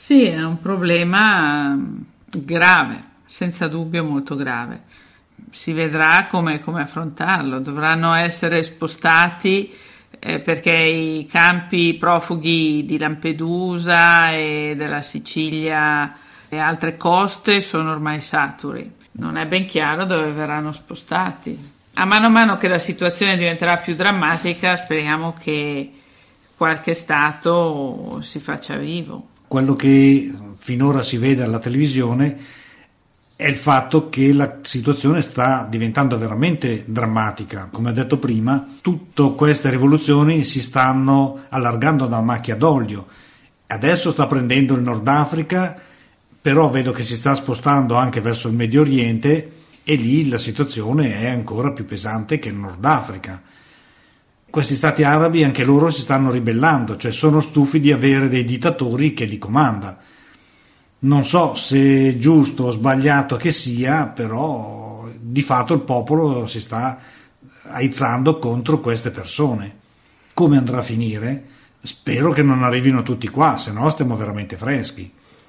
Sì, è un problema grave, senza dubbio molto grave. Si vedrà come affrontarlo. Dovranno essere spostati perché i campi profughi di Lampedusa e della Sicilia e altre coste sono ormai saturi. Non è ben chiaro dove verranno spostati. A mano che la situazione diventerà più drammatica, speriamo che qualche Stato si faccia vivo. Quello che finora si vede alla televisione è il fatto che la situazione sta diventando veramente drammatica. Come ho detto prima, tutte queste rivoluzioni si stanno allargando da macchia d'olio. Adesso sta prendendo il Nord Africa, però vedo che si sta spostando anche verso il Medio Oriente e lì la situazione è ancora più pesante che il Nord Africa. Questi stati arabi anche loro si stanno ribellando, cioè sono stufi di avere dei dittatori che li comanda. Non so se è giusto o sbagliato che sia, però di fatto il popolo si sta aizzando contro queste persone. Come andrà a finire? Spero che non arrivino tutti qua, se no stiamo veramente freschi.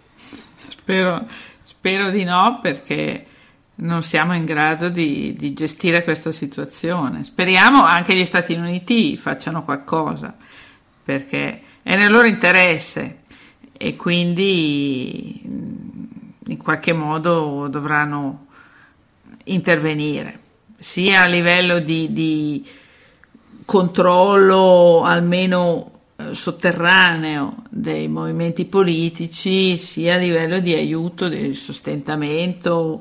Spero di no, perché non siamo in grado di gestire questa situazione. Speriamo anche gli Stati Uniti facciano qualcosa, perché è nel loro interesse e quindi in qualche modo dovranno intervenire, sia a livello di controllo almeno sotterraneo dei movimenti politici, sia a livello di aiuto, di sostentamento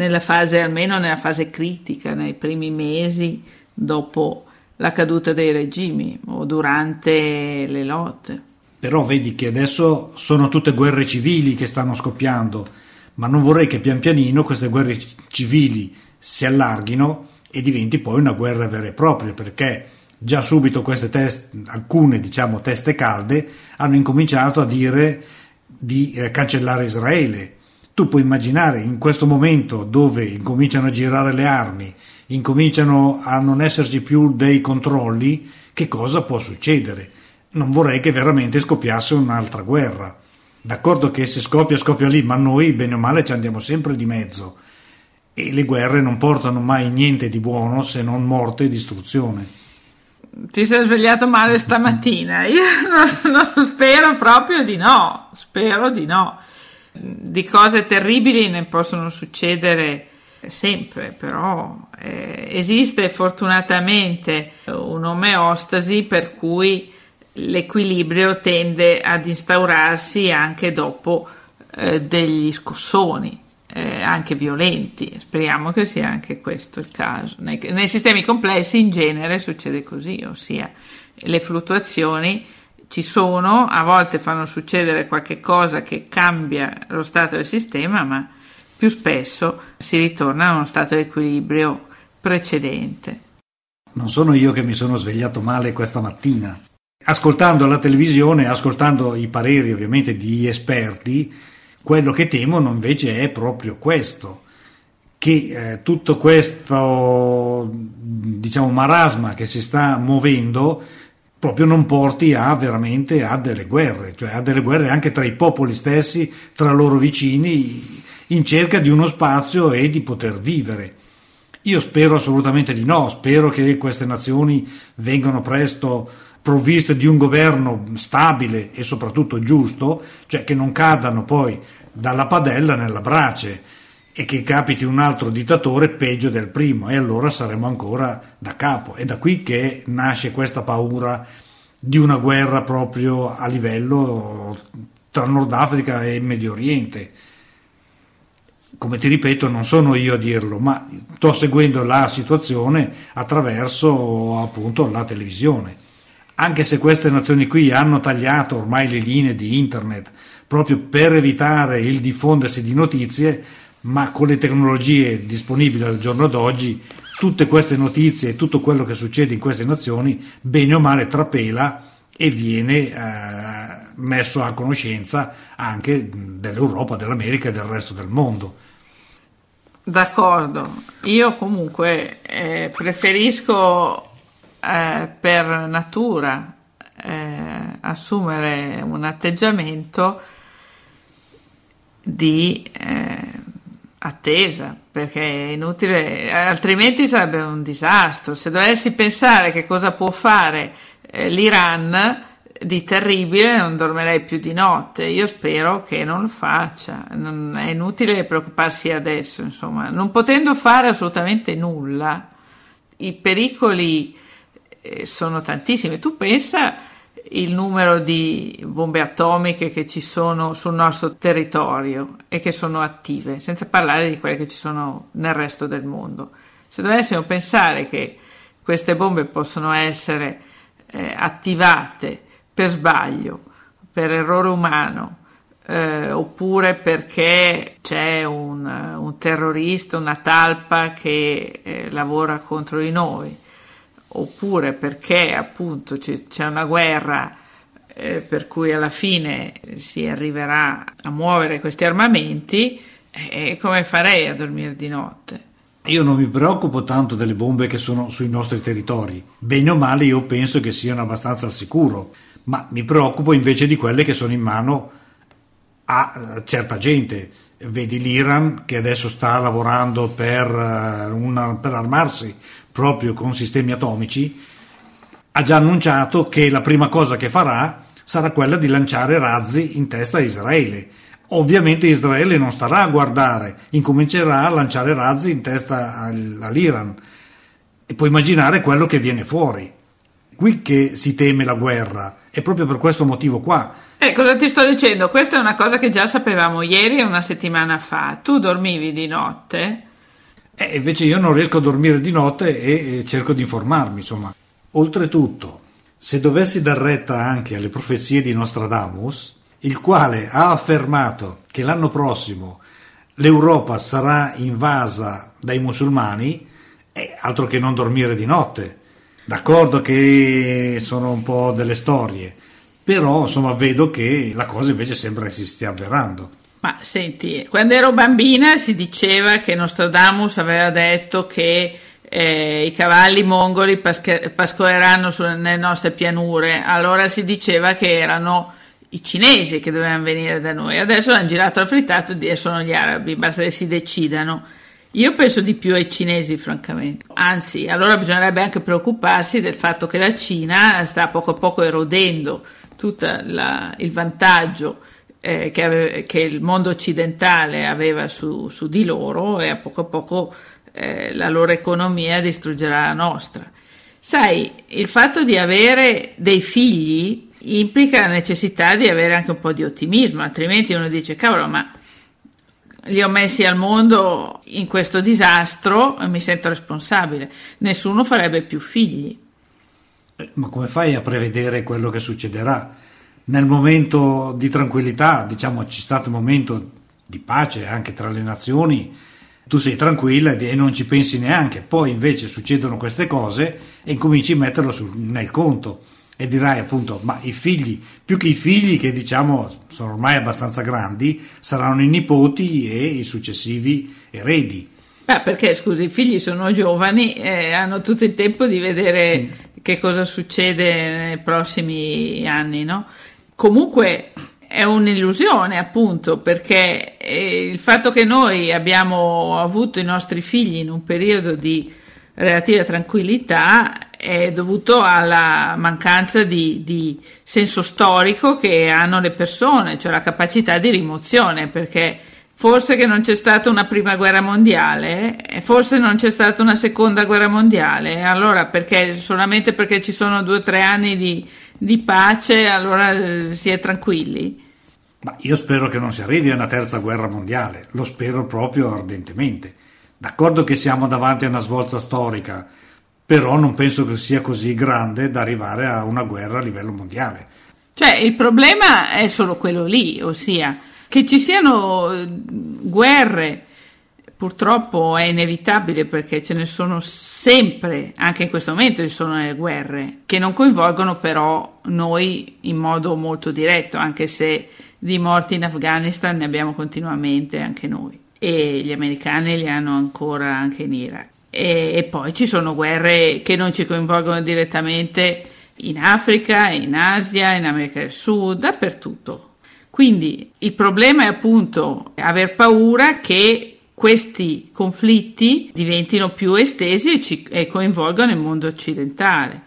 almeno nella fase critica, nei primi mesi dopo la caduta dei regimi o durante le lotte. Però vedi che adesso sono tutte guerre civili che stanno scoppiando, ma non vorrei che pian pianino queste guerre civili si allarghino e diventi poi una guerra vera e propria, perché già subito alcune teste calde hanno incominciato a dire di cancellare Israele. Tu puoi immaginare in questo momento dove incominciano a girare le armi, incominciano a non esserci più dei controlli, che cosa può succedere? Non vorrei che veramente scoppiasse un'altra guerra. D'accordo che se scoppia lì, ma noi bene o male ci andiamo sempre di mezzo e le guerre non portano mai niente di buono se non morte e distruzione. Ti sei svegliato male stamattina? Io non spero proprio di no, spero di no. Di cose terribili ne possono succedere sempre, però esiste fortunatamente un'omeostasi per cui l'equilibrio tende ad instaurarsi anche dopo degli scossoni, anche violenti. Speriamo che sia anche questo il caso. Nei sistemi complessi in genere succede così, ossia le fluttuazioni ci sono, a volte fanno succedere qualche cosa che cambia lo stato del sistema, ma più spesso si ritorna a uno stato di equilibrio precedente. Non sono io che mi sono svegliato male questa mattina. Ascoltando la televisione, ascoltando i pareri ovviamente di esperti, quello che temono invece è proprio questo, che tutto questo marasma che si sta muovendo proprio non porti veramente a delle guerre, cioè a delle guerre anche tra i popoli stessi, tra loro vicini, in cerca di uno spazio e di poter vivere. Io spero assolutamente di no, spero che queste nazioni vengano presto provviste di un governo stabile e soprattutto giusto, cioè che non cadano poi dalla padella nella brace e che capiti un altro dittatore peggio del primo, e allora saremo ancora da capo. È da qui che nasce questa paura di una guerra proprio a livello tra Nord Africa e Medio Oriente. Come ti ripeto, non sono io a dirlo, ma sto seguendo la situazione attraverso appunto la televisione. Anche se queste nazioni qui hanno tagliato ormai le linee di internet proprio per evitare il diffondersi di notizie, ma con le tecnologie disponibili al giorno d'oggi tutte queste notizie e tutto quello che succede in queste nazioni bene o male trapela e viene messo a conoscenza anche dell'Europa, dell'America e del resto del mondo. D'accordo, io comunque preferisco per natura assumere un atteggiamento di attesa, perché è inutile, altrimenti sarebbe un disastro. Se dovessi pensare che cosa può fare l'Iran di terribile, non dormirei più di notte. Io spero che non lo faccia, è inutile preoccuparsi adesso, insomma, non potendo fare assolutamente nulla. I pericoli sono tantissimi. Tu pensa il numero di bombe atomiche che ci sono sul nostro territorio e che sono attive, senza parlare di quelle che ci sono nel resto del mondo. Se dovessimo pensare che queste bombe possono essere attivate per sbaglio, per errore umano, oppure perché c'è un terrorista, una talpa che lavora contro di noi, oppure perché appunto c'è una guerra per cui alla fine si arriverà a muovere questi armamenti, come farei a dormire di notte? Io non mi preoccupo tanto delle bombe che sono sui nostri territori, bene o male io penso che siano abbastanza al sicuro, ma mi preoccupo invece di quelle che sono in mano a certa gente. Vedi l'Iran che adesso sta lavorando per armarsi proprio con sistemi atomici, ha già annunciato che la prima cosa che farà sarà quella di lanciare razzi in testa a Israele. Ovviamente Israele non starà a guardare, incomincerà a lanciare razzi in testa all'Iran e puoi immaginare quello che viene fuori. Qui che si teme la guerra, è proprio per questo motivo qua. Cosa ti sto dicendo? Questa è una cosa che già sapevamo ieri e una settimana fa. Tu dormivi di notte? Invece io non riesco a dormire di notte e cerco di informarmi, insomma. Oltretutto, se dovessi dar retta anche alle profezie di Nostradamus, il quale ha affermato che l'anno prossimo l'Europa sarà invasa dai musulmani, altro che non dormire di notte. D'accordo che sono un po' delle storie, però insomma vedo che la cosa invece sembra che si stia avverando. Ma senti, quando ero bambina si diceva che Nostradamus aveva detto che i cavalli mongoli pascoleranno nelle nostre pianure, allora si diceva che erano i cinesi che dovevano venire da noi. Adesso hanno girato al frittato e sono gli arabi, basta che si decidano. Io penso di più ai cinesi, francamente. Anzi, allora bisognerebbe anche preoccuparsi del fatto che la Cina sta poco a poco erodendo tutto il vantaggio che il mondo occidentale aveva su di loro, e a poco la loro economia distruggerà la nostra. Sai, il fatto di avere dei figli implica la necessità di avere anche un po' di ottimismo, altrimenti uno dice cavolo, ma li ho messi al mondo in questo disastro e mi sento responsabile. Nessuno farebbe più figli. Ma come fai a prevedere quello che succederà? Nel momento di tranquillità, diciamo, c'è stato un momento di pace anche tra le nazioni, tu sei tranquilla e non ci pensi neanche, poi invece succedono queste cose e incominci a metterlo nel conto e dirai appunto, ma i figli, più che i figli che diciamo sono ormai abbastanza grandi, saranno i nipoti e i successivi eredi. Perché scusi, i figli sono giovani e hanno tutto il tempo di vedere che cosa succede nei prossimi anni, no? Comunque è un'illusione, appunto, perché il fatto che noi abbiamo avuto i nostri figli in un periodo di relativa tranquillità è dovuto alla mancanza di senso storico che hanno le persone, cioè la capacità di rimozione, perché forse che non c'è stata una prima guerra mondiale, forse non c'è stata una seconda guerra mondiale, allora solamente perché ci sono 2 o 3 anni di pace allora si è tranquilli? Ma io spero che non si arrivi a una terza guerra mondiale, lo spero proprio ardentemente. D'accordo che siamo davanti a una svolta storica, però non penso che sia così grande da arrivare a una guerra a livello mondiale. Cioè il problema è solo quello lì, ossia che ci siano guerre, purtroppo è inevitabile perché ce ne sono sempre, anche in questo momento ci sono le guerre, che non coinvolgono però noi in modo molto diretto, anche se di morti in Afghanistan ne abbiamo continuamente anche noi. E gli americani li hanno ancora anche in Iraq. E poi ci sono guerre che non ci coinvolgono direttamente in Africa, in Asia, in America del Sud, dappertutto. Quindi il problema è appunto aver paura che questi conflitti diventino più estesi e coinvolgano il mondo occidentale.